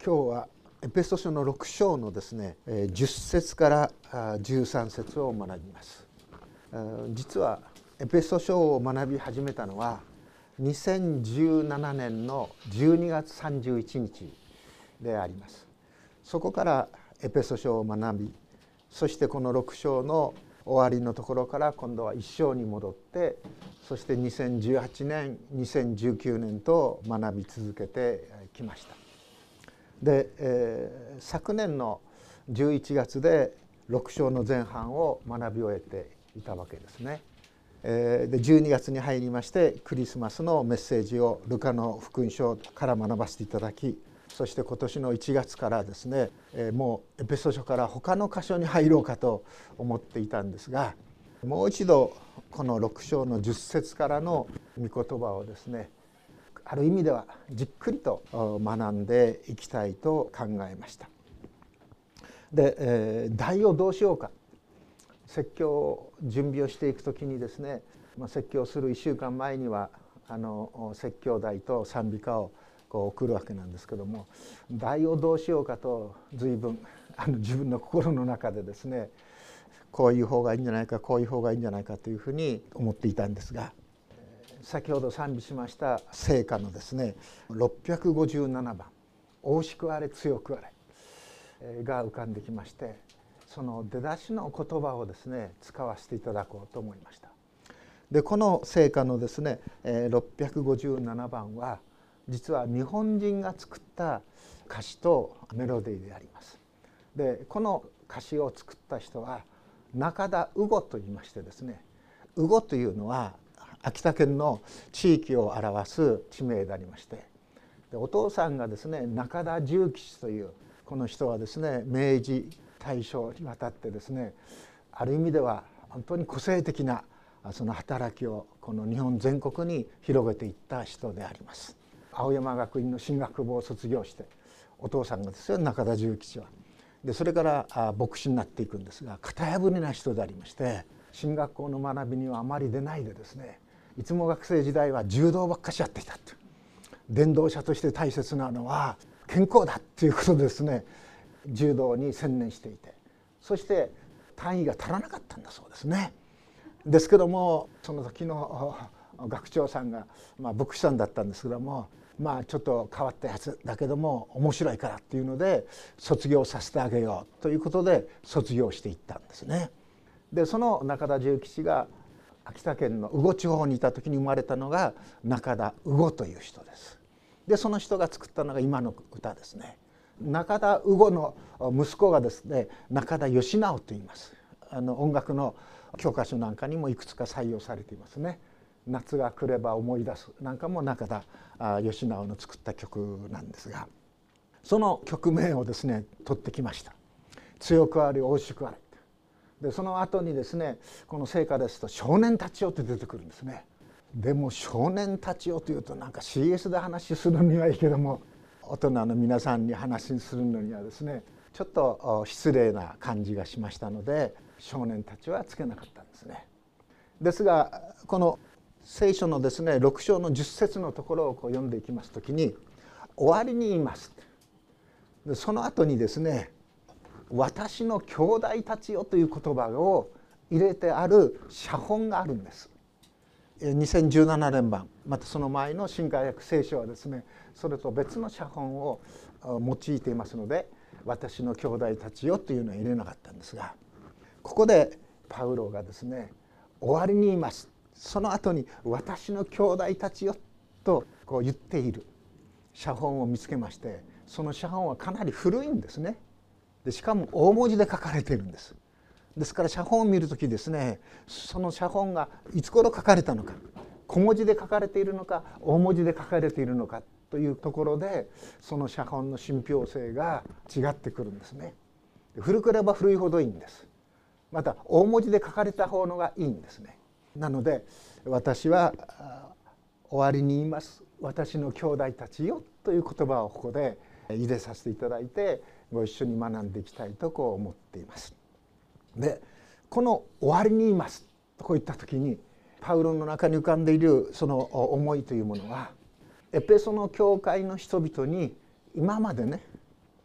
今日はエペソ書の6章のですね10節から13節を学びます。実はエペソ書を学び始めたのは2017年の12月31日であります。そこからエペソ書を学び、そしてこの6章の終わりのところから今度は1章に戻って、そして2018年2019年と学び続けてきました。で、昨年の11月で6章の前半を学び終えていたわけですね。で12月に入りましてクリスマスのメッセージをルカの福音書から学ばせていただき、そして今年の1月からですねもうエペソ書から他の箇所に入ろうかと思っていたんですが、もう一度この6章の10節からの御言葉をですねある意味ではじっくりと学んでいきたいと考えました。で、題をどうしようか、説教を準備をしていくときにですね、説教する1週間前には説教題と賛美歌を送るわけなんですけども、題をどうしようかと随分自分の心の中でですねこういう方がいいんじゃないか、こういう方がいいんじゃないかというふうに思っていたんですが、先ほど賛美しました聖歌のですね657番「おうしくあれ強くあれ」が浮かんできまして、その出だしの言葉をですね使わせていただこうと思いました。でこの聖歌のですね657番は実は日本人が作った歌詞とメロディーであります。でこの歌詞を作った人は中田羽後といいましてですね、羽後というのは秋田県の地域を表す地名でありまして、でお父さんがですね中田重吉という、この人はですね明治大正にわたってですねある意味では本当に個性的なその働きをこの日本全国に広げていった人であります。青山学院の進学部を卒業して、お父さんがですよ中田重吉はでそれから牧師になっていくんですが、型破りな人でありまして、進学校の学びにはあまり出ないでですね、いつも学生時代は柔道ばっかしやっていたと。伝道者として大切なのは健康だっていうことでですね柔道に専念していて、そして単位が足らなかったんだそうですね。ですけどもその時の学長さんが、牧師さんだったんですけども、ちょっと変わったやつだけども面白いからっていうので卒業させてあげようということで卒業していったんですね。でその中田重吉が秋田県の羽後地方にいた時に生まれたのが中田羽後という人です。でその人が作ったのが今の歌ですね。中田羽後の息子がですね中田義直と言います。音楽の教科書なんかにもいくつか採用されていますね。夏が来れば思い出すなんかも中田義直の作った曲なんですが、その曲名をですね取ってきました。強くあれ大しくあれで、その後にですねこの聖歌ですと少年たちよって出てくるんですね。でも少年たちよというとなんか CS で話するにはいいけども、大人の皆さんに話するのにはですねちょっと失礼な感じがしましたので、少年たちはつけなかったんですね。ですがこの聖書のですね6章の10節のところを読んでいきますときに「終わりに言います」でその後にですね「私の兄弟たちよ」という言葉を入れてある写本があるんです。2017年版またその前の新海訳聖書はですねそれと別の写本を用いていますので「私の兄弟たちよ」というのは入れなかったんですが、ここでパウロがですね「終わりに言います」、その後に「私の兄弟たちよ」とこう言っている写本を見つけまして、その写本はかなり古いんですね。でしかも大文字で書かれているんです。ですから写本を見るときですね、その写本がいつ頃書かれたのか、小文字で書かれているのか大文字で書かれているのかというところでその写本の信憑性が違ってくるんですね。古ければ古いほどいいんです。また大文字で書かれた方のがいいんですね。なので私は終わりに言います、私の兄弟たちよという言葉をここで入れさせていただいてご一緒に学んでいきたいとこう思っています。でこの「終わりに言います」とこう言った時にパウロの中に浮かんでいるその思いというものは、エペソの教会の人々に今までね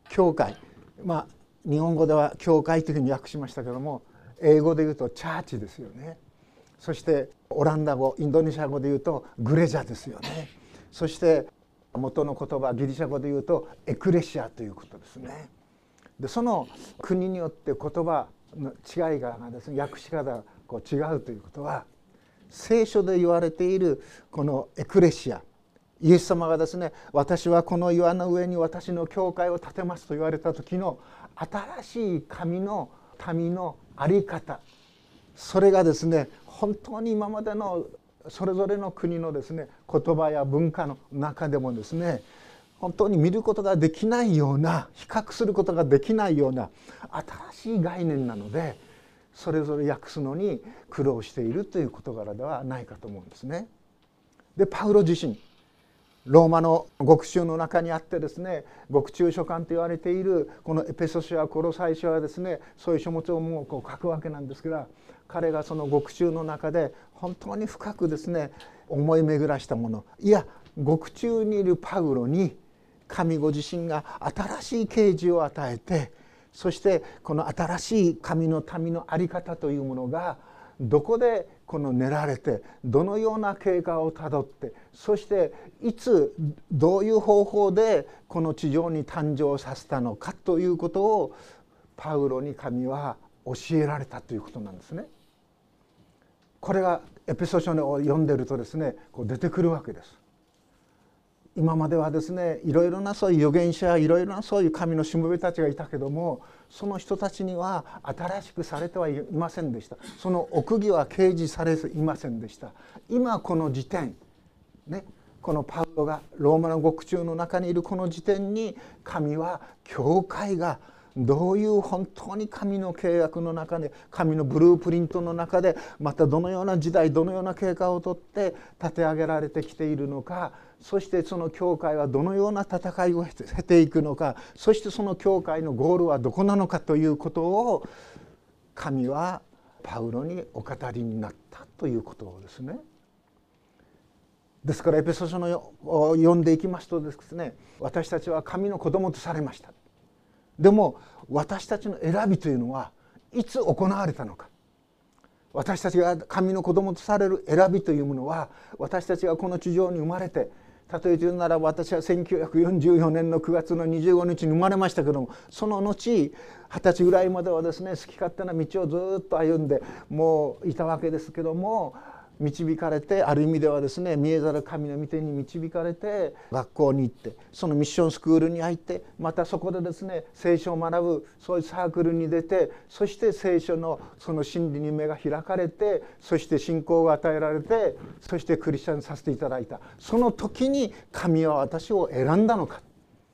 教会、日本語では教会というふうに訳しましたけども、英語で言うとチャーチですよね。そしてオランダ語、インドネシア語で言うとグレジャですよね。そして元の言葉ギリシャ語で言うとエクレシアということですね。でその国によって言葉の違いがですね、訳し方が違うということは、聖書で言われているこのエクレシア、イエス様がですね、私はこの岩の上に私の教会を建てますと言われた時の新しい神の民の在り方、それがですね、本当に今までのそれぞれの国のですね、言葉や文化の中でもですね、本当に見ることができないような、比較することができないような新しい概念なので、それぞれ訳すのに苦労しているという事柄ではないかと思うんですね。でパウロ自身、ローマの獄中の中にあってですね、獄中書簡と言われているこのエペソ書やコロサイ書はですね、そういう書物をもう書くわけなんですが、彼がその獄中の中で本当に深くですね、思い巡らしたもの、いや獄中にいるパウロに神ご自身が新しい啓示を与えて、そしてこの新しい神の民の在り方というものがどこでこの練られて、どのような経過をたどって、そしていつどういう方法でこの地上に誕生させたのかということをパウロに神は教えられたということなんですね。これがエペソ書を読んでるとですね、出てくるわけです。今まではですね、いろいろなそういう預言者、いろいろなそういう神のしもべたちがいたけども、その人たちには新しくされてはいませんでした。その奥義は掲示されていませんでした。今この時点ね、このパウロがローマの獄中の中にいるこの時点に、神は教会がどういう本当に神の契約の中で、神のブループリントの中で、またどのような時代、どのような経過をとって立て上げられてきているのか、そしてその教会はどのような戦いを経ていくのか、そしてその教会のゴールはどこなのかということを神はパウロにお語りになったということですね。ですからエペソ書のを読んでいきますとですね、私たちは神の子供とされました。でも私たちの選びというのはいつ行われたのか。私たちが神の子供とされる選びというものは、私たちがこの地上に生まれて、例えて言うならば、私は1944年の9月の25日に生まれましたけども、その後20歳ぐらいまではですね、好き勝手な道をずっと歩んでもういたわけですけども、導かれて、ある意味ではですね、見えざる神の御手に導かれて学校に行って、そのミッションスクールに入って、またそこでですね、聖書を学ぶそういうサークルに出て、そして聖書のその真理に目が開かれて、そして信仰が与えられて、そしてクリスチャンさせていただいた。その時に神は私を選んだのか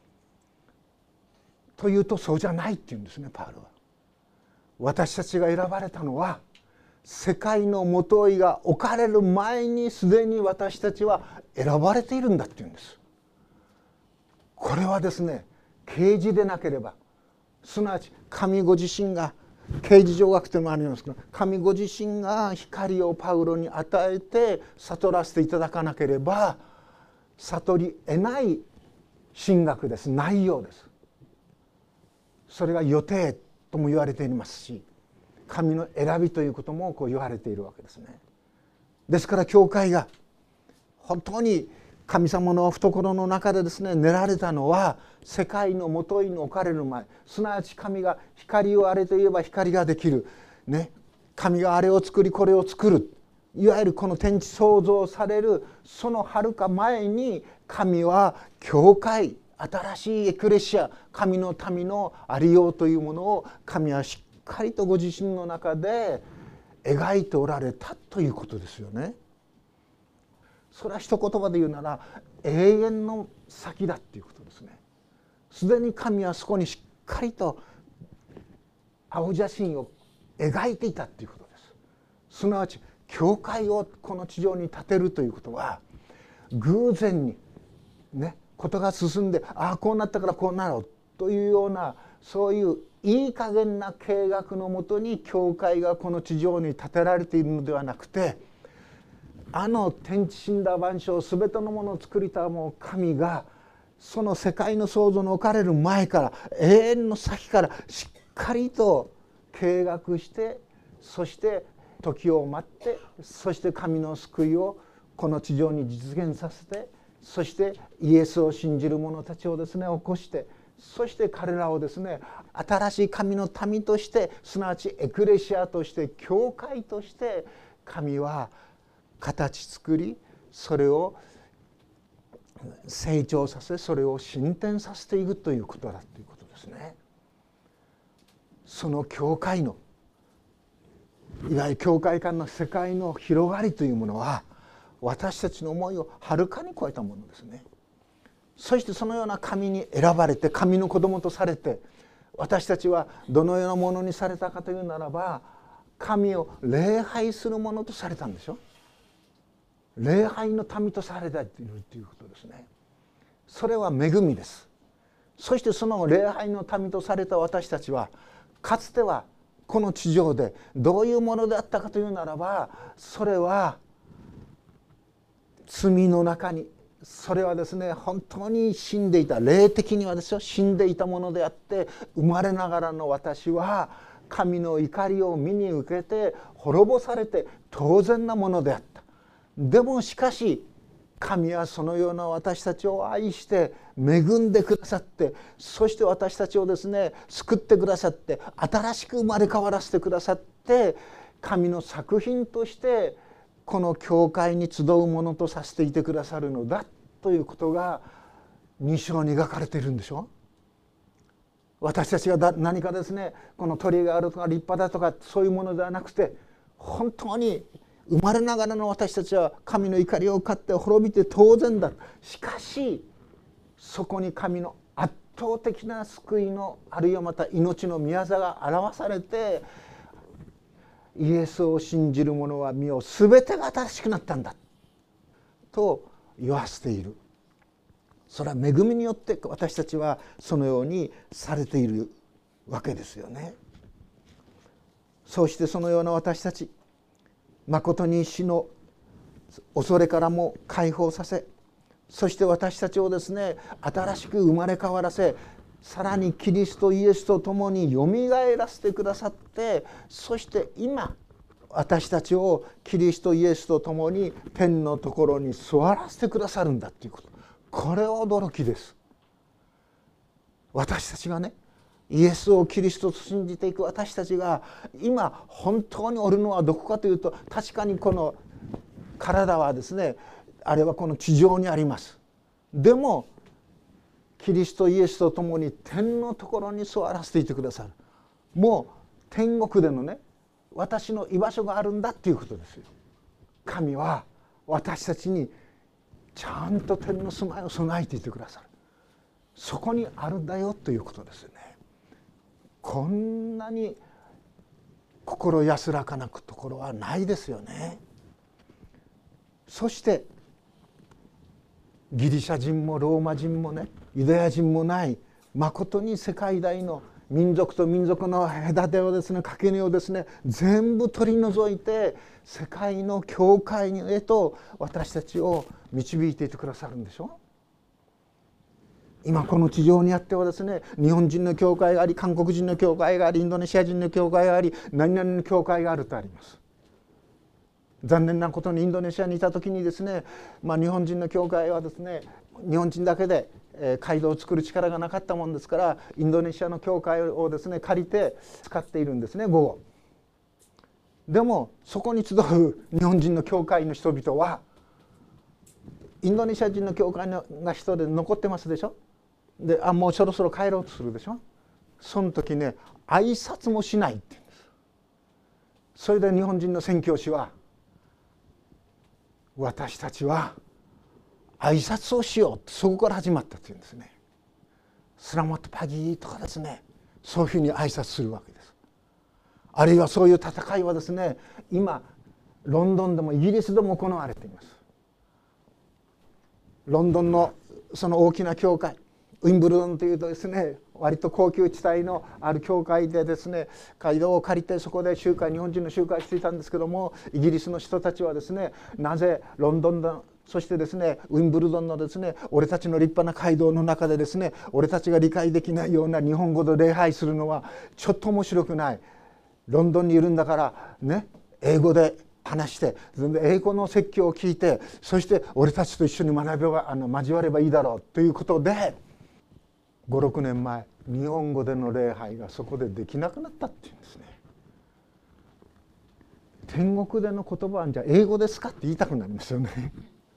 というと、そうじゃないっていうんですね、パウロは。私たちが選ばれたのは、世界のもといが置かれる前にすでに私たちは選ばれているんだっていうんです。これはですね、啓示でなければ、すなわち神ご自身が、啓示上学というのもありますけど、神ご自身が光をパウロに与えて悟らせていただかなければ悟り得ない神学です。内容です。それが予定とも言われていますし、神の選びということも言われているわけですね。ですから教会が本当に神様の懐の中でですね、練られたのは世界のもといに置かれる前、すなわち神が光をあれといえば光ができる、ね、神があれを作りこれを作る、いわゆるこの天地創造されるそのはるか前に、神は教会、新しいエクレシア、神の民のありようというものを神はしっかりとご自身の中で描いておられたということですよね。それは一言葉で言うなら永遠の先だっていうことですね。すでに神はそこにしっかりと青写真を描いていたということです。すなわち教会をこの地上に建てるということは、偶然にね、ことが進んで、ああこうなったからこうなろうというような、そういういい加減な計画のもとに教会がこの地上に建てられているのではなくて、あの天地神羅万象すべてのものを作りたもう神がその世界の創造の置かれる前から永遠の先からしっかりと計画して、そして時を待って、そして神の救いをこの地上に実現させて、そしてイエスを信じる者たちをですね起こして、そして彼らをですね新しい神の民として、すなわちエクレシアとして、教会として神は形作り、それを成長させ、それを進展させていくということだということですね。その教会のいわゆる教会間の世界の広がりというものは、私たちの思いをはるかに超えたものですね。そしてそのような神に選ばれて、神の子供とされて、私たちはどのようなものにされたかというならば、神を礼拝するものとされたんでしょ。礼拝の民とされたいということですね。それは恵みです。そしてその礼拝の民とされた私たちは、かつてはこの地上でどういうものであったかというならば、それは罪の中に、それはですね本当に死んでいた、霊的にはですよ死んでいたものであって、生まれながらの私は神の怒りを身に受けて滅ぼされて当然なものであった。でもしかし神はそのような私たちを愛して恵んでくださって、そして私たちをですね救ってくださって、新しく生まれ変わらせてくださって、神の作品としてこの教会に集うものとさせていてくださるのだということが2章に描かれているんでしょ。私たちが何かですねこの鳥があるとか立派だとかそういうものではなくて、本当に生まれながらの私たちは神の怒りを買って滅びて当然だ。しかしそこに神の圧倒的な救いの、あるいはまた命の御業が表されて、イエスを信じる者は身を全てが新しくなったんだと言わせている。それは恵みによって私たちはそのようにされているわけですよね。そしてそのような私たち、まことに死の恐れからも解放させ、そして私たちをですね新しく生まれ変わらせ、さらにキリストイエスと共によみがえらせてくださって、そして今私たちをキリストイエスと共に天のところに座らせてくださるんだということ、これは驚きです。私たちがねイエスをキリストと信じていく私たちが今本当におるのはどこかというと、確かにこの体はですねあれはこの地上にあります。でもキリストイエスと共に天のところに座らせていてくださる。もう天国でのね私の居場所があるんだっていうことですよ。神は私たちにちゃんと天の住まいを備えていてくださる。そこにあるんだよということですよね。こんなに心安らかなところはないですよね。そしてギリシャ人もローマ人もねユダヤ人もない、まことに世界大の民族と民族の隔てをですね垣根をですね全部取り除いて世界の教会へと私たちを導いていてくださるんでしょ。今この地上にあってはですね日本人の教会があり、韓国人の教会があり、インドネシア人の教会があり、何々の教会があるとあります。残念なことにインドネシアにいた時にですね、日本人の教会はですね日本人だけで街道を作る力がなかったもんですから、インドネシアの教会をですね借りて使っているんですね、午後。でもそこに集う日本人の教会の人々はインドネシア人の教会が人で残ってますでしょ。でもうそろそろ帰ろうとするでしょ。その時ね挨拶もしないって言うんです。それで日本人の宣教師は私たちは挨拶をしようって、そこから始まったというんですね。スラマットパギーとかですね、そういうふうに挨拶するわけです。あるいはそういう戦いはですね今ロンドンでもイギリスでも行われています。ロンドンのその大きな教会ウィンブルドンというとですね割と高級地帯のある教会でですね街道を借りてそこで集会、日本人の集会していたんですけども、イギリスの人たちはですねなぜロンドンそしてですねウィンブルドンのですね俺たちの立派な街道の中でですね俺たちが理解できないような日本語で礼拝するのはちょっと面白くない。ロンドンにいるんだからね英語で話して英語の説教を聞いてそして俺たちと一緒に交わればいいだろうということで5、6年前日本語での礼拝がそこでできなくなったっていうんですね。天国での言葉はじゃあ英語ですかって言いたくなりますよね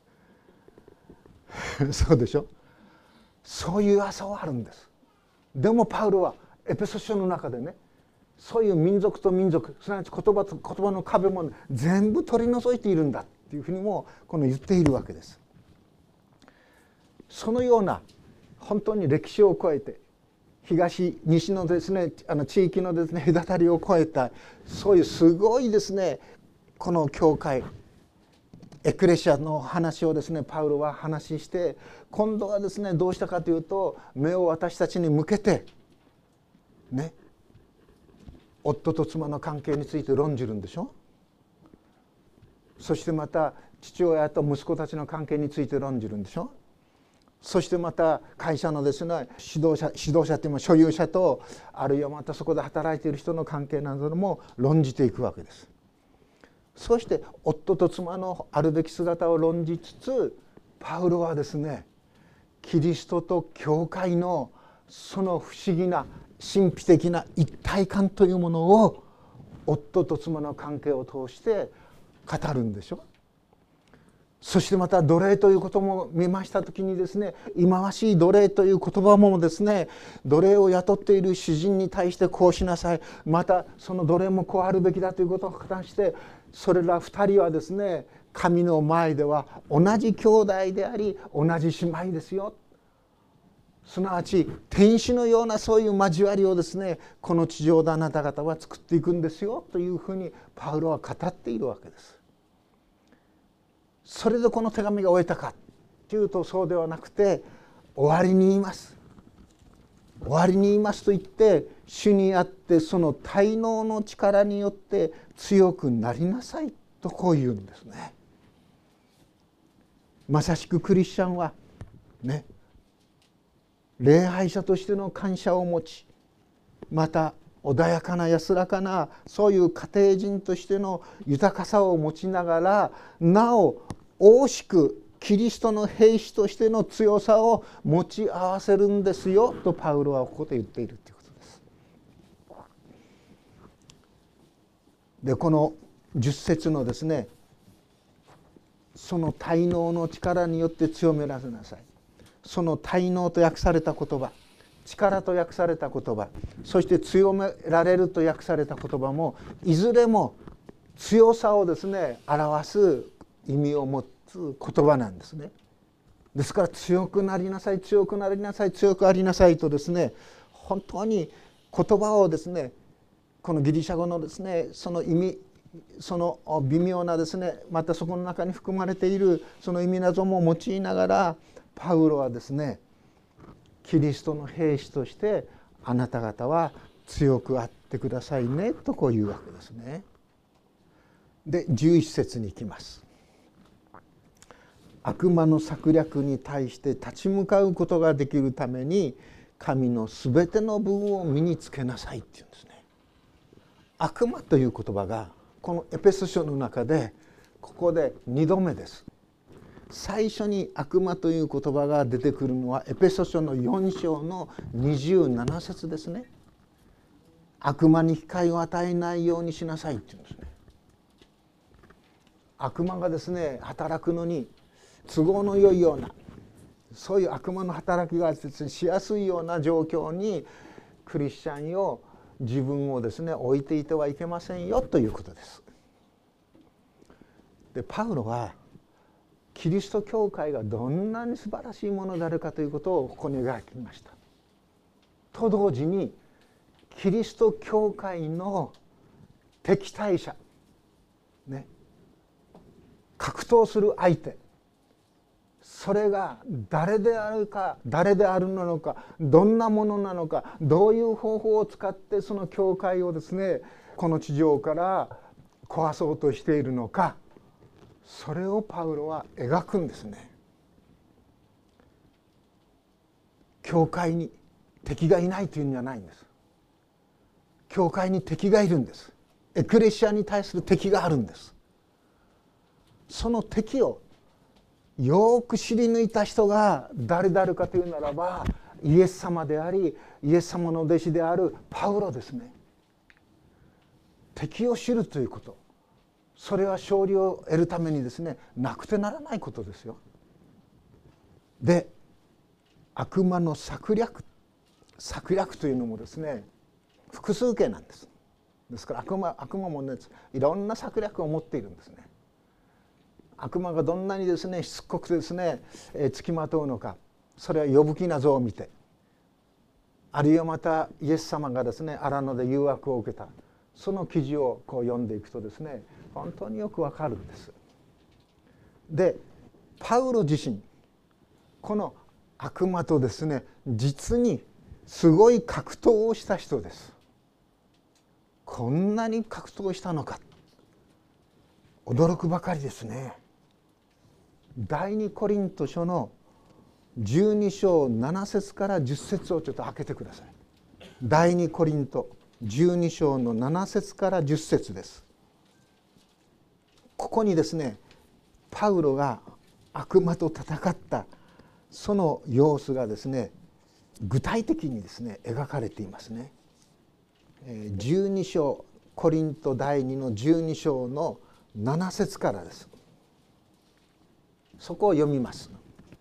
そうでしょ。そういう朝はあるんです。でもパウロはエペソ書の中でねそういう民族と民族すなわち言葉と言葉の壁も全部取り除いているんだっていうふうにも言っているわけです。そのような本当に歴史を超えて東西のですね地域のですね隔たりを超えたそういうすごいですねこの教会エクレシアの話をですねパウロは話して今度はですねどうしたかというと目を私たちに向けてね夫と妻の関係について論じるんでしょ。そしてまた父親と息子たちの関係について論じるんでしょ。そしてまた会社のですね指導者というのは所有者とあるいはまたそこで働いている人の関係なども論じていくわけです。そして夫と妻のあるべき姿を論じつつパウロはですねキリストと教会のその不思議な神秘的な一体感というものを夫と妻の関係を通して語るんでしょ。そしてまた奴隷ということも見ました時にですね忌まわしい奴隷という言葉もですね奴隷を雇っている主人に対してこうしなさいまたその奴隷もこうあるべきだということを話してそれら二人はですね神の前では同じ兄弟であり同じ姉妹ですよ。すなわち天使のようなそういう交わりをですねこの地上であなた方は作っていくんですよというふうにパウロは語っているわけです。それでこの手紙が終えたかというとそうではなくて終わりに言います。終わりに言いますと言って主にあってその滞納の力によって強くなりなさいとこう言うんですね。まさしくクリスチャンはね礼拝者としての感謝を持ちまた穏やかな安らかなそういう家庭人としての豊かさを持ちながらなお大しくキリストの兵士としての強さを持ち合わせるんですよとパウロはここで言っているということです。でこの10節のですねその滞納の力によって強めらせなさい。その滞納と訳された言葉力と訳された言葉そして強められると訳された言葉もいずれも強さをですね表す意味を持つ言葉なんですね。ですから強くなりなさい強くなりなさい強くありなさいとですね本当に言葉をですねこのギリシャ語のですねその意味その微妙なですねまたそこの中に含まれているその意味なども用いながらパウロはですねキリストの兵士としてあなた方は強くあってくださいねとこういうわけですね。で11節に行きます。悪魔の策略に対して立ち向かうことができるために神のすべての分を身につけなさいっていうんですね。悪魔という言葉がこのエペソ書の中でここで2度目です。最初に悪魔という言葉が出てくるのはエペソ書の4章の27節ですね。悪魔に機会を与えないようにしなさいっていうんですね。悪魔がですね働くのに都合の良いようなそういう悪魔の働きがしやすいような状況にクリスチャンよ自分をですね置いていてはいけませんよということです。でパウロはキリスト教会がどんなに素晴らしいものであるかということをここに描きました。と同時にキリスト教会の敵対者、ね、格闘する相手それが誰であるのかどんなものなのかどういう方法を使ってその教会をですねこの地上から壊そうとしているのかそれをパウロは描くんですね。教会に敵がいないというんじゃないんです。教会に敵がいるんです。エクレシアに対する敵があるんです。その敵をよく知り抜いた人が誰々かというならば、イエス様であり、イエス様の弟子であるパウロですね。敵を知るということ、それは勝利を得るためにですね、なくてならないことですよ。で、悪魔の策略というのもですね、複数形なんです。ですから悪魔もね、いろんな策略を持っているんですね。悪魔がどんなにですねしつこくですねつきまとうのか、それは呼ぶ気な像を見て、あるいはまたイエス様がですね荒野で誘惑を受けたその記事をこう読んでいくとですね、本当によくわかるんです。で、パウロ自身この悪魔とですね実にすごい格闘をした人です。こんなに格闘したのか、驚くばかりですね。第二コリント書の12章7節から10節をちょっと開けてください。第二コリント12章の7節から10節です。ここにですねパウロが悪魔と戦ったその様子がですね具体的にですね描かれていますね。12章コリント第2の12章の7節からです。そこを読みます。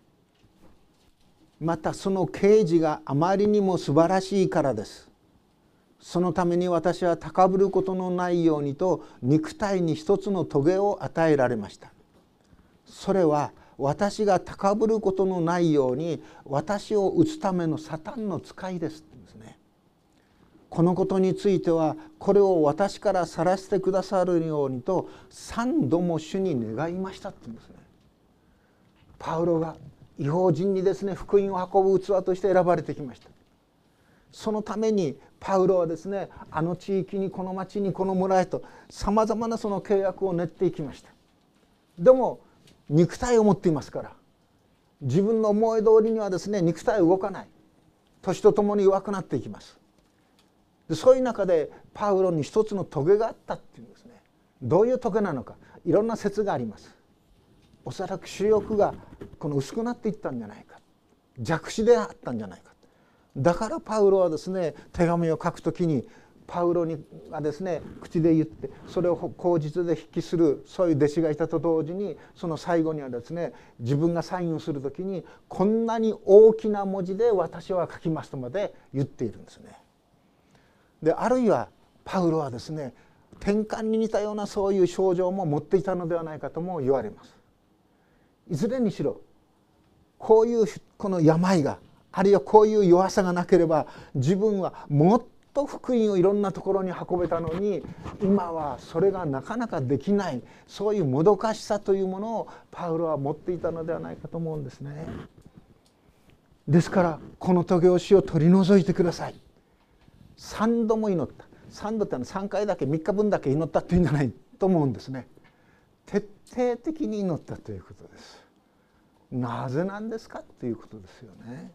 またその啓示があまりにも素晴らしいからです。そのために私は高ぶることのないようにと肉体に一つの棘を与えられました。それは私が高ぶることのないように私を打つためのサタンの使いですですね。このことについてはこれを私から去らせてくださるようにと3度も主に願いましたって言うんですね。パウロが異邦人にですね福音を運ぶ器として選ばれてきました。そのためにパウロはですねあの地域にこの町にこの村へとさまざまなその契約を練っていきました。でも肉体を持っていますから自分の思い通りにはですね肉体は動かない。年とともに弱くなっていきます。でそういう中でパウロに一つの棘があったっていうんですね。どういう棘なのかいろんな説があります。おそらく視力がこの薄くなっていったんじゃないか、弱視であったんじゃないか。だからパウロはですね手紙を書くときにパウロがですね口で言ってそれを口実で筆記するそういう弟子がいたと同時にその最後にはですね自分がサインをするときにこんなに大きな文字で私は書きますとまで言っているんですね。であるいはパウロはですね転換に似たようなそういう症状も持っていたのではないかとも言われます。いずれにしろこういうこの病があるいはこういう弱さがなければ自分はもっと福音をいろんなところに運べたのに今はそれがなかなかできない、そういうもどかしさというものをパウロは持っていたのではないかと思うんですね。ですからこの棘を主を取り除いてください。3度も祈った。3度って3回だけ3日分だけ祈ったっていうんじゃないと思うんですね。徹底的に祈ったということです。なぜなんですかということですよね。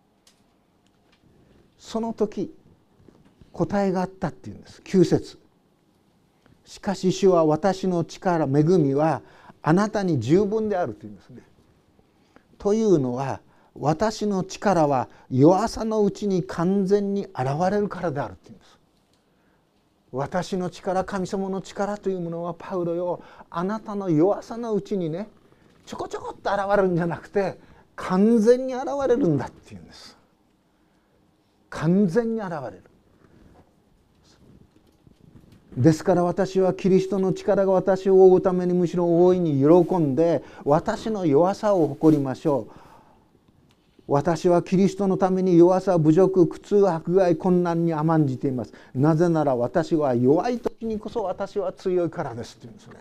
その時答えがあったっていうんです。9節。しかし主は私の力恵みはあなたに十分であるというんですね。というのは私の力は弱さのうちに完全に現れるからであるというんです。私の力、神様の力というものはパウロよ、あなたの弱さのうちにねちょこちょこっと現れるんじゃなくて完全に現れるんだっていうんです。完全に現れる。ですから私はキリストの力が私を覆うためにむしろ大いに喜んで私の弱さを誇りましょう。私はキリストのために弱さ、侮辱、苦痛、迫害、困難に甘んじています。なぜなら私は弱い時にこそ私は強いからですって言うんですね。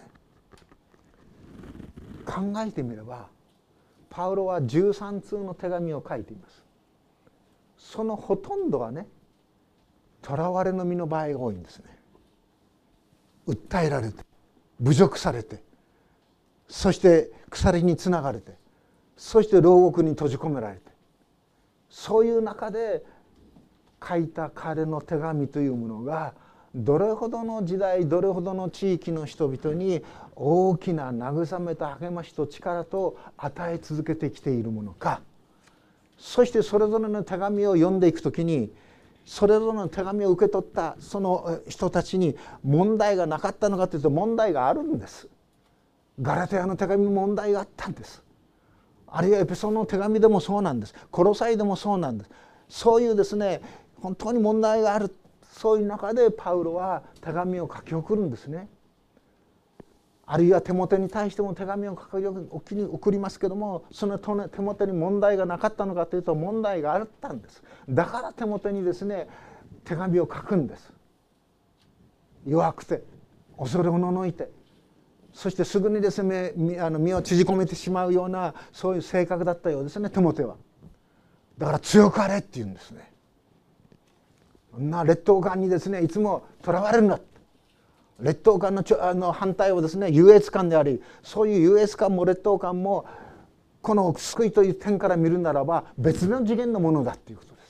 考えてみればパウロは13通の手紙を書いています。そのほとんどはね囚われの身の場合が多いんですね。訴えられて侮辱されてそして鎖につながれて、そして牢獄に閉じ込められて、そういう中で書いた彼の手紙というものがどれほどの時代、どれほどの地域の人々に大きな慰めと励ましと力と与え続けてきているものか。そしてそれぞれの手紙を読んでいくときに、それぞれの手紙を受け取ったその人たちに問題がなかったのかというと、問題があるんです。ガラテヤの手紙に問題があったんです。あるいはエペソの手紙でもそうなんです。コロサイでもそうなんです。そういうですね、本当に問題がある、そういう中でパウロは手紙を書き送るんですね。あるいはテモテに対しても手紙を送りますけども、そのテモテに問題がなかったのかというと、問題があったんです。だからテモテにですね、手紙を書くんです。弱くて恐れおののいて、そしてすぐにですね身を縮こめてしまうような、そういう性格だったようですね、テモテは。だから強くあれって言うんですね。そんな劣等感にですねいつもとらわれるな。劣等感の反対をですね優越感であり、そういう優越感も劣等感もこの救いという点から見るならば別の次元のものだということです。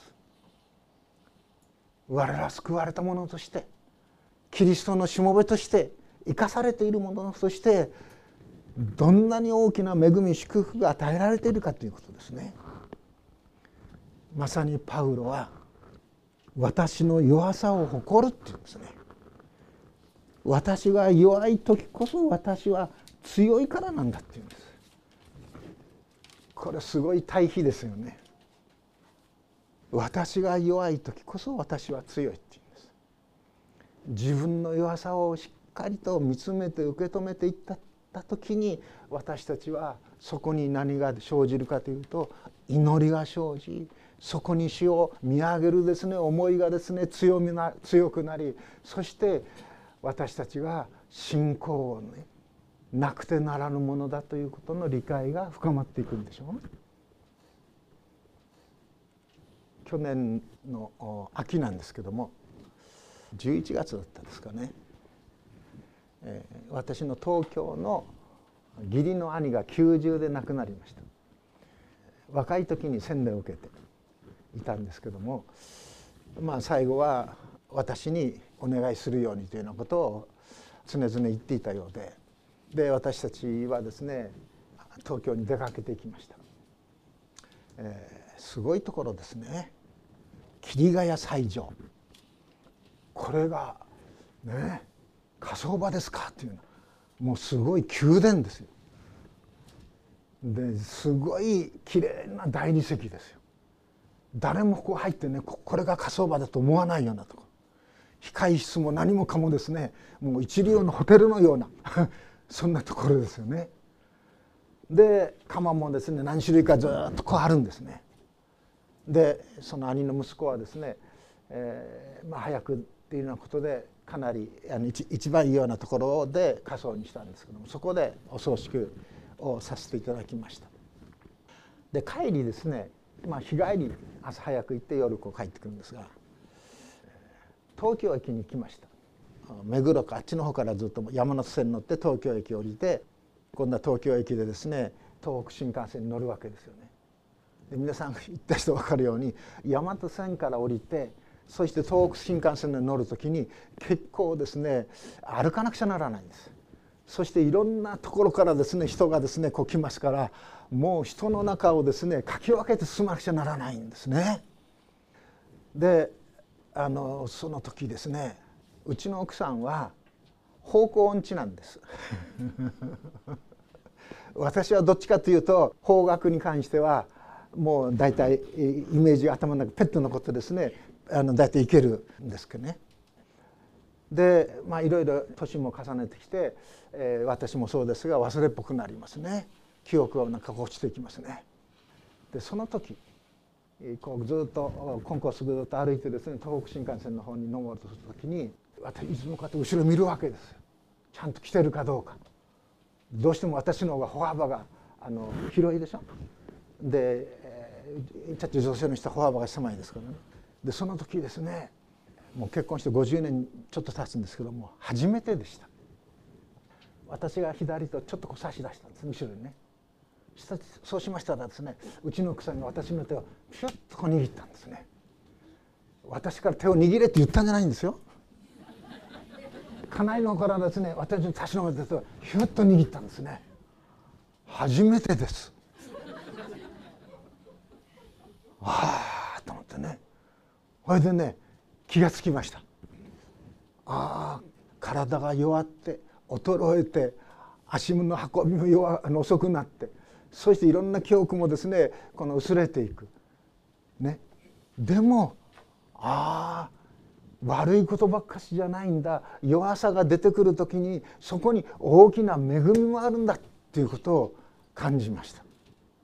我らは救われたものとして、キリストのしもべとして生かされているものとして、どんなに大きな恵み祝福が与えられているかということですね。まさにパウロは私の弱さを誇るっていうんですね。私が弱い時こそ私は強いからなんだっていうんです。これすごい対比ですよね。私が弱い時こそ私は強いっていうんです。自分の弱さをしっかりと見つめて受け止めていった時に、私たちはそこに何が生じるかというと、祈りが生じ、そこに主を見上げるですね思いがですね強くなり、そして私たちは信仰をねなくてならぬものだということの理解が深まっていくんでしょう。去年の秋なんですけども、11月だったですかね、私の東京の義理の兄が90で亡くなりました。若い時に洗礼を受けていたんですけども、最後は私にお願いするようにというようなことを常々言っていたようで、私たちはですね東京に出かけていきました。すごいところですね。桐ヶ谷斎場、これがね火葬場ですかっていうのはもうすごい宮殿ですよ。ですごいきれいな大理石ですよ。誰もここ入ってねこれが火葬場だと思わないようなところ、控室も何もかもですねもう一流のホテルのようなそんなところですよね。で窯もですね何種類かずっとこうあるんですね。でその兄の息子はですね、早くっていうようなことでかなり一番いいようなところで火葬にしたんですけども、そこでお葬式をさせていただきました。で帰りですね、日帰り朝早く行って夜帰ってくるんですが、東京駅に来ました。目黒かあっちの方からずっと山手線に乗って東京駅降りて、今度は東京駅でですね東北新幹線に乗るわけですよね。で皆さんが行った人分かるように山手線から降りて、そして東北新幹線に乗る時に結構ですね歩かなくちゃならないんです。そしていろんなところからですね人がですね来ますから、もう人の中をですねかき分けて進まなくちゃならないんですね。でその時ですね、うちの奥さんは方向音痴なんです私はどっちかというと方角に関してはもう大体イメージが頭の中ペットのことですね大体いけるんですけどね。でいろいろ年も重ねてきて、私もそうですが忘れっぽくなりますね。記憶が落ちていきますね。でその時ずっとコンコースずっと歩いてですね東北新幹線の方に登ろうとする時に、私いつもこうやって後ろ見るわけですよ。ちゃんと来てるかどうか。どうしても私の方が歩幅が広いでしょ。でちょっと女性の人は歩幅が狭いですからね。でその時ですね、もう結婚して50年ちょっと経つんですけども初めてでした。 私が左とちょっとこう差し出したんです、後ろにね。そうしましたらですね、うちの奥さんが私の手をピュッとこう握ったんですね。私から手を握れって言ったんじゃないんですよ。家内のからですね、私の差し伸べた手をヒュッと握ったんですね。初めてです。ああと思ってね、それでね気がつきました。ああ体が弱って衰えて足の運びも遅くなって、そしていろんな記憶もですねこの薄れていくね。でも悪いことばっかしじゃないんだ、弱さが出てくる時にそこに大きな恵みもあるんだっていうことを感じました。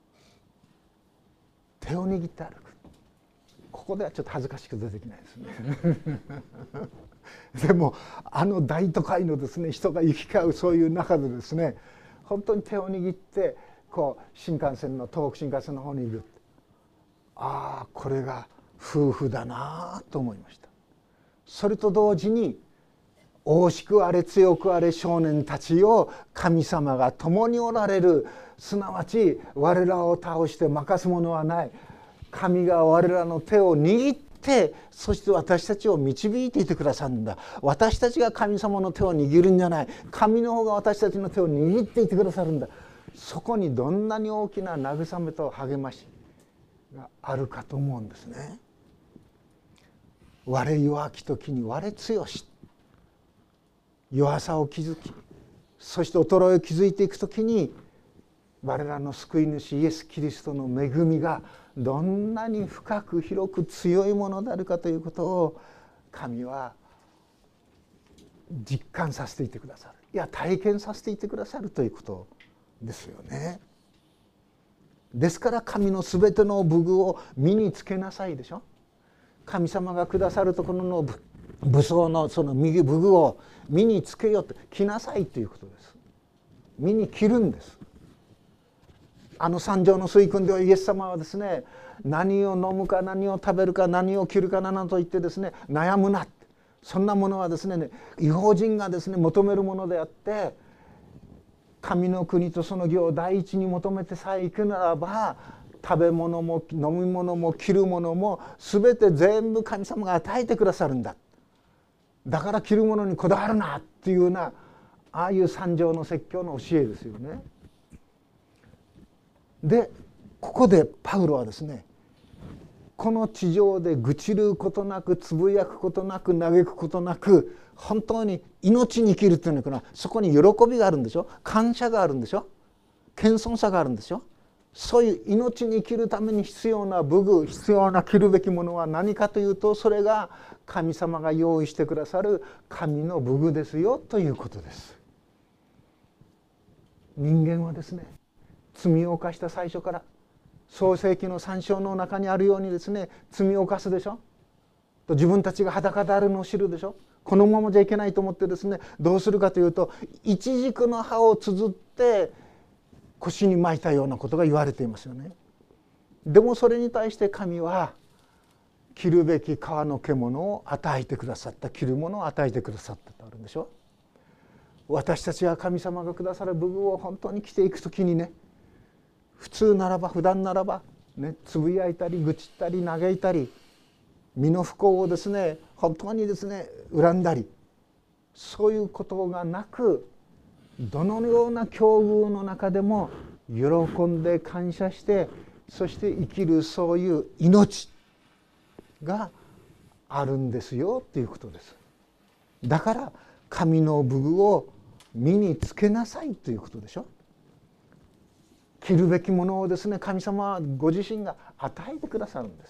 手を握って歩く、ここではちょっと恥ずかしく出てきないですねでも大都会のですね人が行き交うそういう中でですね、本当に手を握ってこう新幹線の東北新幹線の方にいる、これが夫婦だなと思いました。それと同時に大しくあれ強くあれ少年たちを神様が共におられる、すなわち我らを倒して任すものはない、神が我らの手を握って、そして私たちを導いていてくださるんだ。私たちが神様の手を握るんじゃない、神の方が私たちの手を握っていてくださるんだ。そこにどんなに大きな慰めと励ましがあるかと思うんですね。我弱き時に我強し、弱さを気づき、そして衰えを気づいていく時に我らの救い主イエス・キリストの恵みがどんなに深く広く強いものであるかということを神は実感させていてくださる、いや体験させていてくださるということですよね。ですから神のすべての武具を身につけなさいでしょ。神様がくださるところの武装のその武具を身につけようと、着なさいということです。身に着るんです。三条の水訓ではイエス様はですね、何を飲むか何を食べるか何を着るかなどと言ってですね悩むな、そんなものはですね異邦人がですね求めるものであって、神の国とその義を第一に求めてさえ行くならば、食べ物も飲み物も着るものも全て全部神様が与えてくださるんだ、だから着るものにこだわるなっていうような、ああいう三条の説教の教えですよね。でここでパウロはですね、この地上で愚痴ることなく、つぶやくことなく、嘆くことなく、本当に命に生きるというのはそこに喜びがあるんでしょ、感謝があるんでしょ、謙遜さがあるんでしょ。そういう命に生きるために必要な武具、必要な着るべきものは何かというと、それが神様が用意してくださる神の武具ですよということです。人間はですね、罪を犯した最初から創世記の3章の中にあるようにですね、罪を犯すでしょ。自分たちが裸であるのを知るでしょ。このままじゃいけないと思ってですね、どうするかというと、イチジクの葉を綴って腰に巻いたようなことが言われていますよね。でもそれに対して神は着るべき皮の獣を与えてくださった、着るものを与えてくださったとあるんでしょ。私たちは神様がくださる武具を本当に着ていくときにね、普通ならば普段ならばね、つぶやいたり愚痴ったり嘆いたり、身の不幸をですね本当にですね恨んだり、そういうことがなく、どのような境遇の中でも喜んで感謝して、そして生きる、そういう命があるんですよということです。だから神の武具を身につけなさいということでしょ。着るべきものをですね神様はご自身が与えてくださるんです。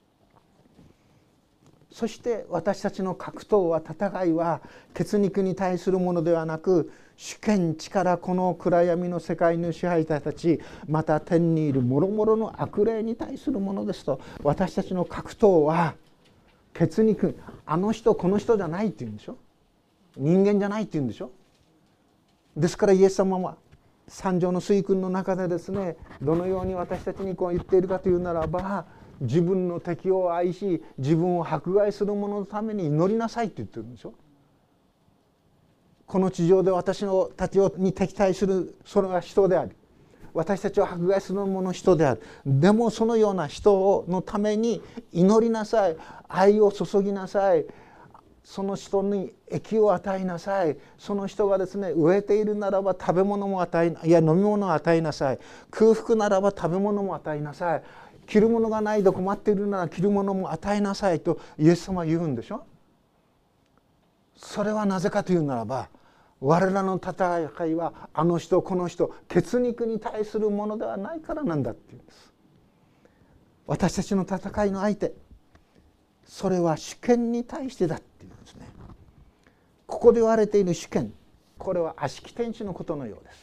そして私たちの格闘は、戦いは血肉に対するものではなく、主権力、この暗闇の世界の支配者たち、また天にいる諸々の悪霊に対するものですと。私たちの格闘は血肉、あの人この人じゃないって言うんでしょ。人間じゃないって言うんでしょ。ですからイエス様は三条の水訓の中でですね、どのように私たちにこう言っているかというならば、自分の敵を愛し自分を迫害する者のために祈りなさいって言ってるんでしょ。 この地上で私たちに敵対するそれは人であり、私たちを迫害するもの人である。でもそのような人のために祈りなさい、愛を注ぎなさい、その人に益を与えなさい。その人がですね、飢えているならば食べ物も与え、いや飲み物を与えなさい。空腹ならば食べ物も与えなさい。着るものがないで困っているなら着るものも与えなさいとイエス様は言うんでしょ。それはなぜかというならば、我らの戦いはあの人この人血肉に対するものではないからなんだっていうんです。私たちの戦いの相手、それは主権に対してだっていうんですね。ここで言われている主権、これは悪しき天使のことのようです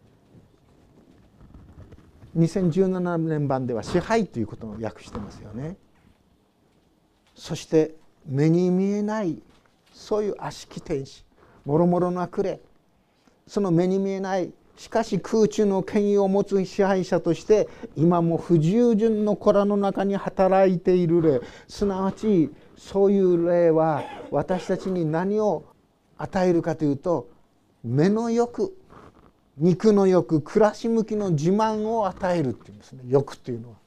。2017年版では支配ということを訳してますよね。そして目に見えないそういう悪しき天使、もろもろの悪霊、その目に見えないしかし空中の権威を持つ支配者として今も不従順の子らの中に働いている霊、すなわちそういう霊は私たちに何を与えるかというと、目の欲、肉の欲、暮らし向きの自慢を与えるっていうんですね。欲というのは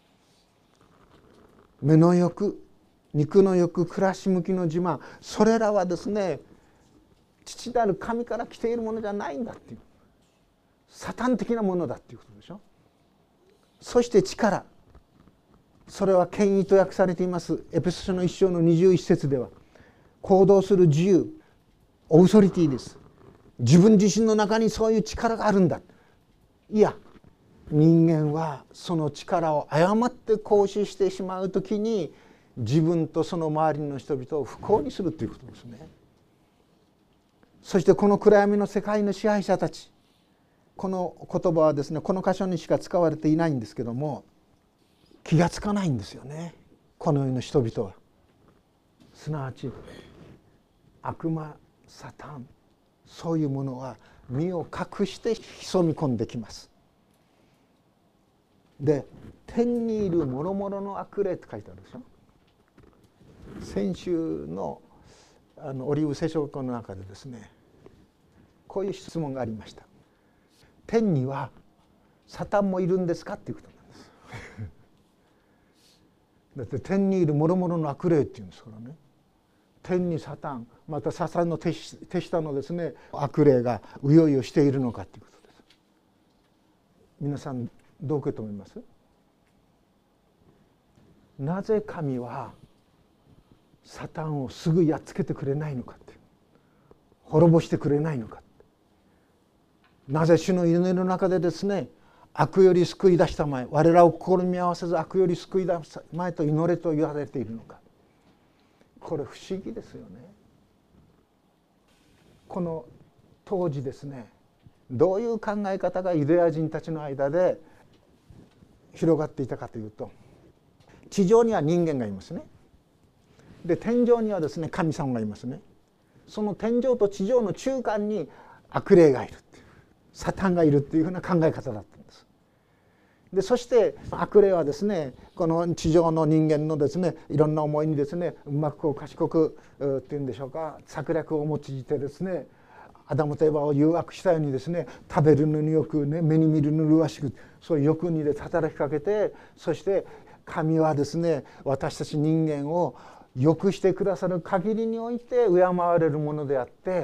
目の欲、肉の欲、暮らし向きの自慢、それらはですね、父なる神から来ているものじゃないんだっていう、サタン的なものだっていうことでしょ。そして力、それは権威と訳されていますエペソ書の1章の21節では、行動する自由、オーソリティです。自分自身の中にそういう力があるんだ。いや、人間はその力を誤って行使してしまうときに自分とその周りの人々を不幸にするということですね。そしてこの暗闇の世界の支配者たち、この言葉はですね、この箇所にしか使われていないんですけども、気がつかないんですよね、この世の人々は。すなわち悪魔、サタン、そういうものは身を隠して潜み込んできます。で、天にいる諸々の悪霊って書いてあるでしょ。先週のオリーブ聖書の中でですね、こういう質問がありました。天にはサタンもいるんですかっていうことなんですだって天にいる諸々の悪霊っていうんですからね。天にサタン、またサタンの手下のですね悪霊がうよいよしているのかということです。皆さんどう受け止めます？なぜ神はサタンをすぐやっつけてくれないのかって、滅ぼしてくれないのか。なぜ主の祈りの中でですね、悪より救い出したまえ、我らを試み合わせず悪より救い出したまえと祈れと言われているのか。これ不思議ですよね。この当時ですね、どういう考え方がユダヤ人たちの間で広がっていたかというと、地上には人間がいますね。で、天上にはですね神様がいますね。その天上と地上の中間に悪霊がいるっていう、サタンがいるっていうふうな考え方だったんです。で、そして悪霊はですね、この地上の人間のですねいろんな思いにですねうまく賢くっていうんでしょうか、策略を用いてですね、アダムとエバを誘惑したようにですね、食べるのによくね、目に見るのに麗しく、そういう欲にで働きかけて、そして神はですね私たち人間を良くしてくださる限りにおいて敬われるものであって、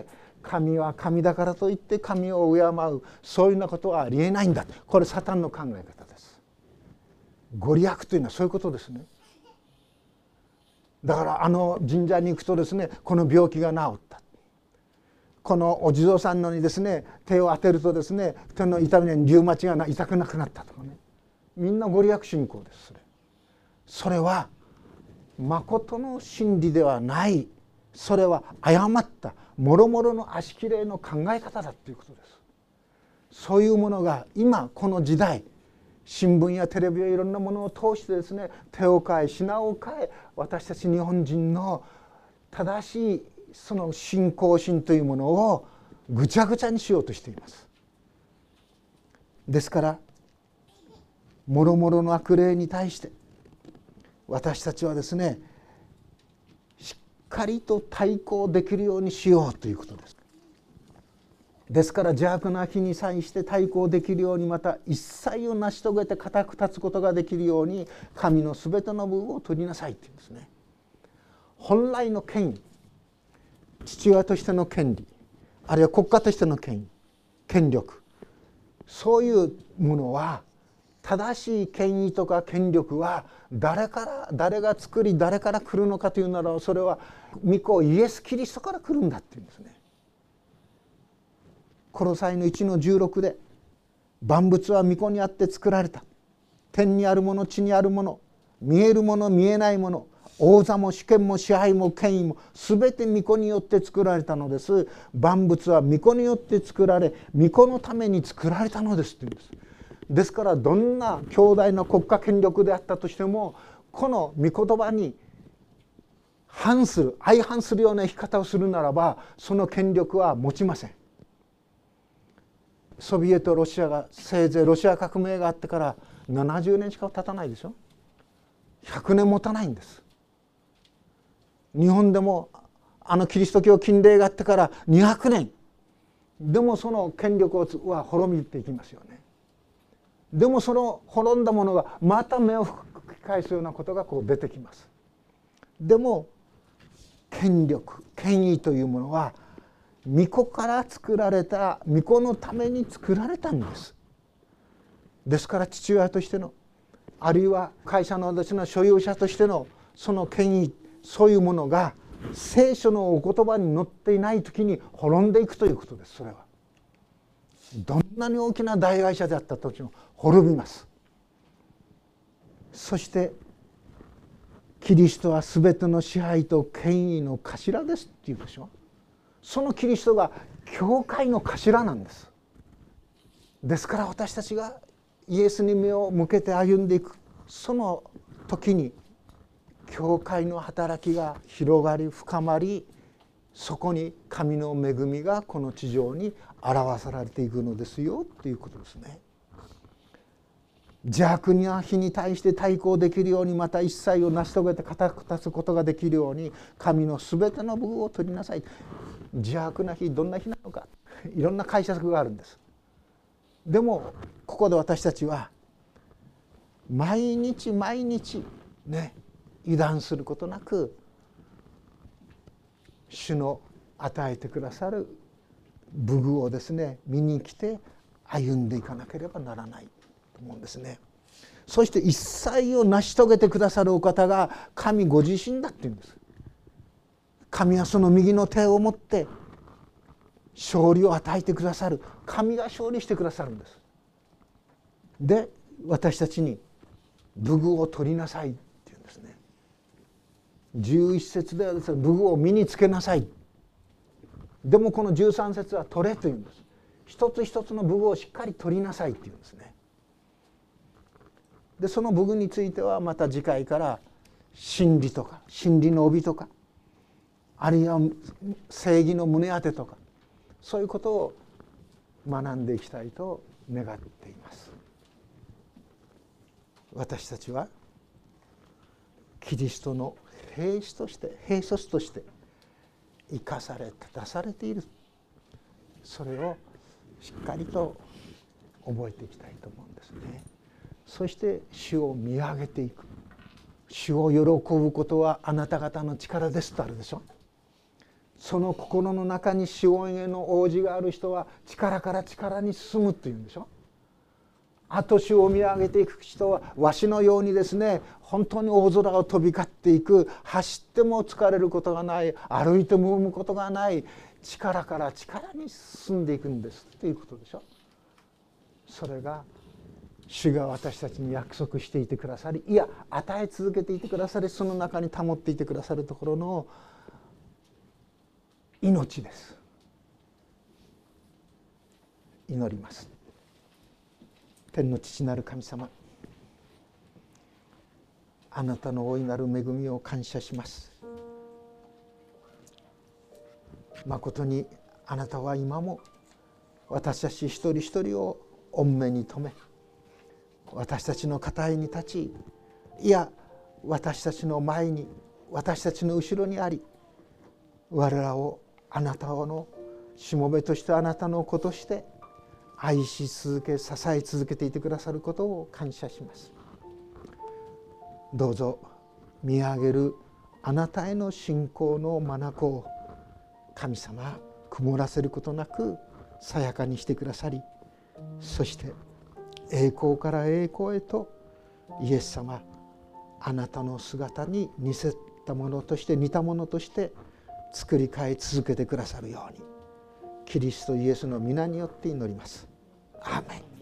神は神だからといって神を敬う、そういうようなことはありえないんだ。これサタンの考え方です。ご利益というのはそういうことですね。だから神社に行くとですね、この病気が治った、このお地蔵さんのにですね手を当てるとですね手の痛みにリウマチが痛くなくなったとかね、みんなご利益信仰です。それは誠の真理ではない、それは誤ったもろもろの悪しき霊の考え方だということです。そういうものが今この時代、新聞やテレビやいろんなものを通してですね手を変え品を変え、私たち日本人の正しいその信仰心というものをぐちゃぐちゃにしようとしています。ですからもろもろの悪霊に対して私たちはですねしっかりと対抗できるようにしようということです。 ですから邪悪な日に際して対抗できるように、また一切を成し遂げて固く立つことができるように神のすべての分を取りなさいって言うんですね。本来の権威、父親としての権利、あるいは国家としての権威、権力、そういうものは、正しい権威とか権力は誰が作り誰から来るのかというなら、それは御子イエス・キリストから来るんだっていうんですね。コロサイの 1-16 で、万物は御子にあって作られた。天にあるもの、地にあるもの、見えるもの、見えないもの、王座も主権も支配も権威もすべて御子によって作られたのです。万物は御子によって作られ、御子のために作られたのですって言うんです。ですからどんな強大な国家権力であったとしても、この御言葉に相反するような生き方をするならば、その権力は持ちません。ソビエトロシアが、せいぜいロシア革命があってから70年しか経たないでしょ。100年持たないんです。日本でもキリスト教禁令があってから200年でもその権力は滅びていきますよね。でもその滅んだものがまた目を吹き返すようなことがこう出てきます。でも権力、権威というものは御子から作られた、御子のために作られたんです。ですから父親としての、あるいは会社の私の所有者としてのその権威、そういうものが聖書のお言葉に載っていない時に滅んでいくということです。それはどんなに大きな大会社であった時も滅びます。そしてキリストはすべての支配と権威の頭ですっていうでしょ。そのキリストが教会の頭なんです。ですから私たちがイエスに目を向けて歩んでいくその時に、教会の働きが広がり深まり、そこに神の恵みがこの地上に表されていくのですよということですね。邪悪な日に対して対抗できるように、また一切を成し遂げて固く立つことができるように神のすべての分を取りなさい。邪悪な日、どんな日なのか、いろんな解釈があるんです。でもここで私たちは毎日毎日ね、油断することなく主の与えてくださる武具をですね、見に来て歩んでいかなければならないと思うんですね。そして一切を成し遂げてくださるお方が神ご自身だっていうんです。神はその右の手を持って勝利を与えてくださる。神が勝利してくださるんです。で私たちに武具を取りなさいっていうんですね。11節ではですね、武具を身につけなさい。でもこの13節は取れというんです。一つ一つの武具をしっかり取りなさいっていうんですね。でその武具についてはまた次回から真理とか真理の帯とか、あるいは正義の胸当てとか、そういうことを学んでいきたいと願っています。私たちはキリストの兵士として、兵卒として生かされ出されている、それをしっかりと覚えていきたいと思うんですね。そして主を見上げていく。主を喜ぶことはあなた方の力ですとあるでしょ。その心の中に主への応じがある人は力から力に進むっていうんでしょ。あと主を見上げていく人はわしのようにですね、本当に大空を飛び交っていく、走っても疲れることがない、歩いても産むことがない、力から力に進んでいくんですということでしょ。それが主が私たちに約束していてくださり、いや与え続けていてくださり、その中に保っていてくださるところの命です。祈ります。天の父なる神様、あなたの大いなる恵みを感謝します。まことにあなたは今も私たち一人一人を御目に留め、私たちの肩に立ち、いや私たちの前に、私たちの後ろにあり、我らをあなたのしもべとしてあなたの子として愛し続け支え続けていてくださることを感謝します。どうぞ見上げるあなたへの信仰の眼を神様曇らせることなくさやかにしてくださり、そして栄光から栄光へとイエス様あなたの姿に似せたものとして似たものとして作り変え続けてくださるようにキリストイエスの皆によって祈ります。アーメン。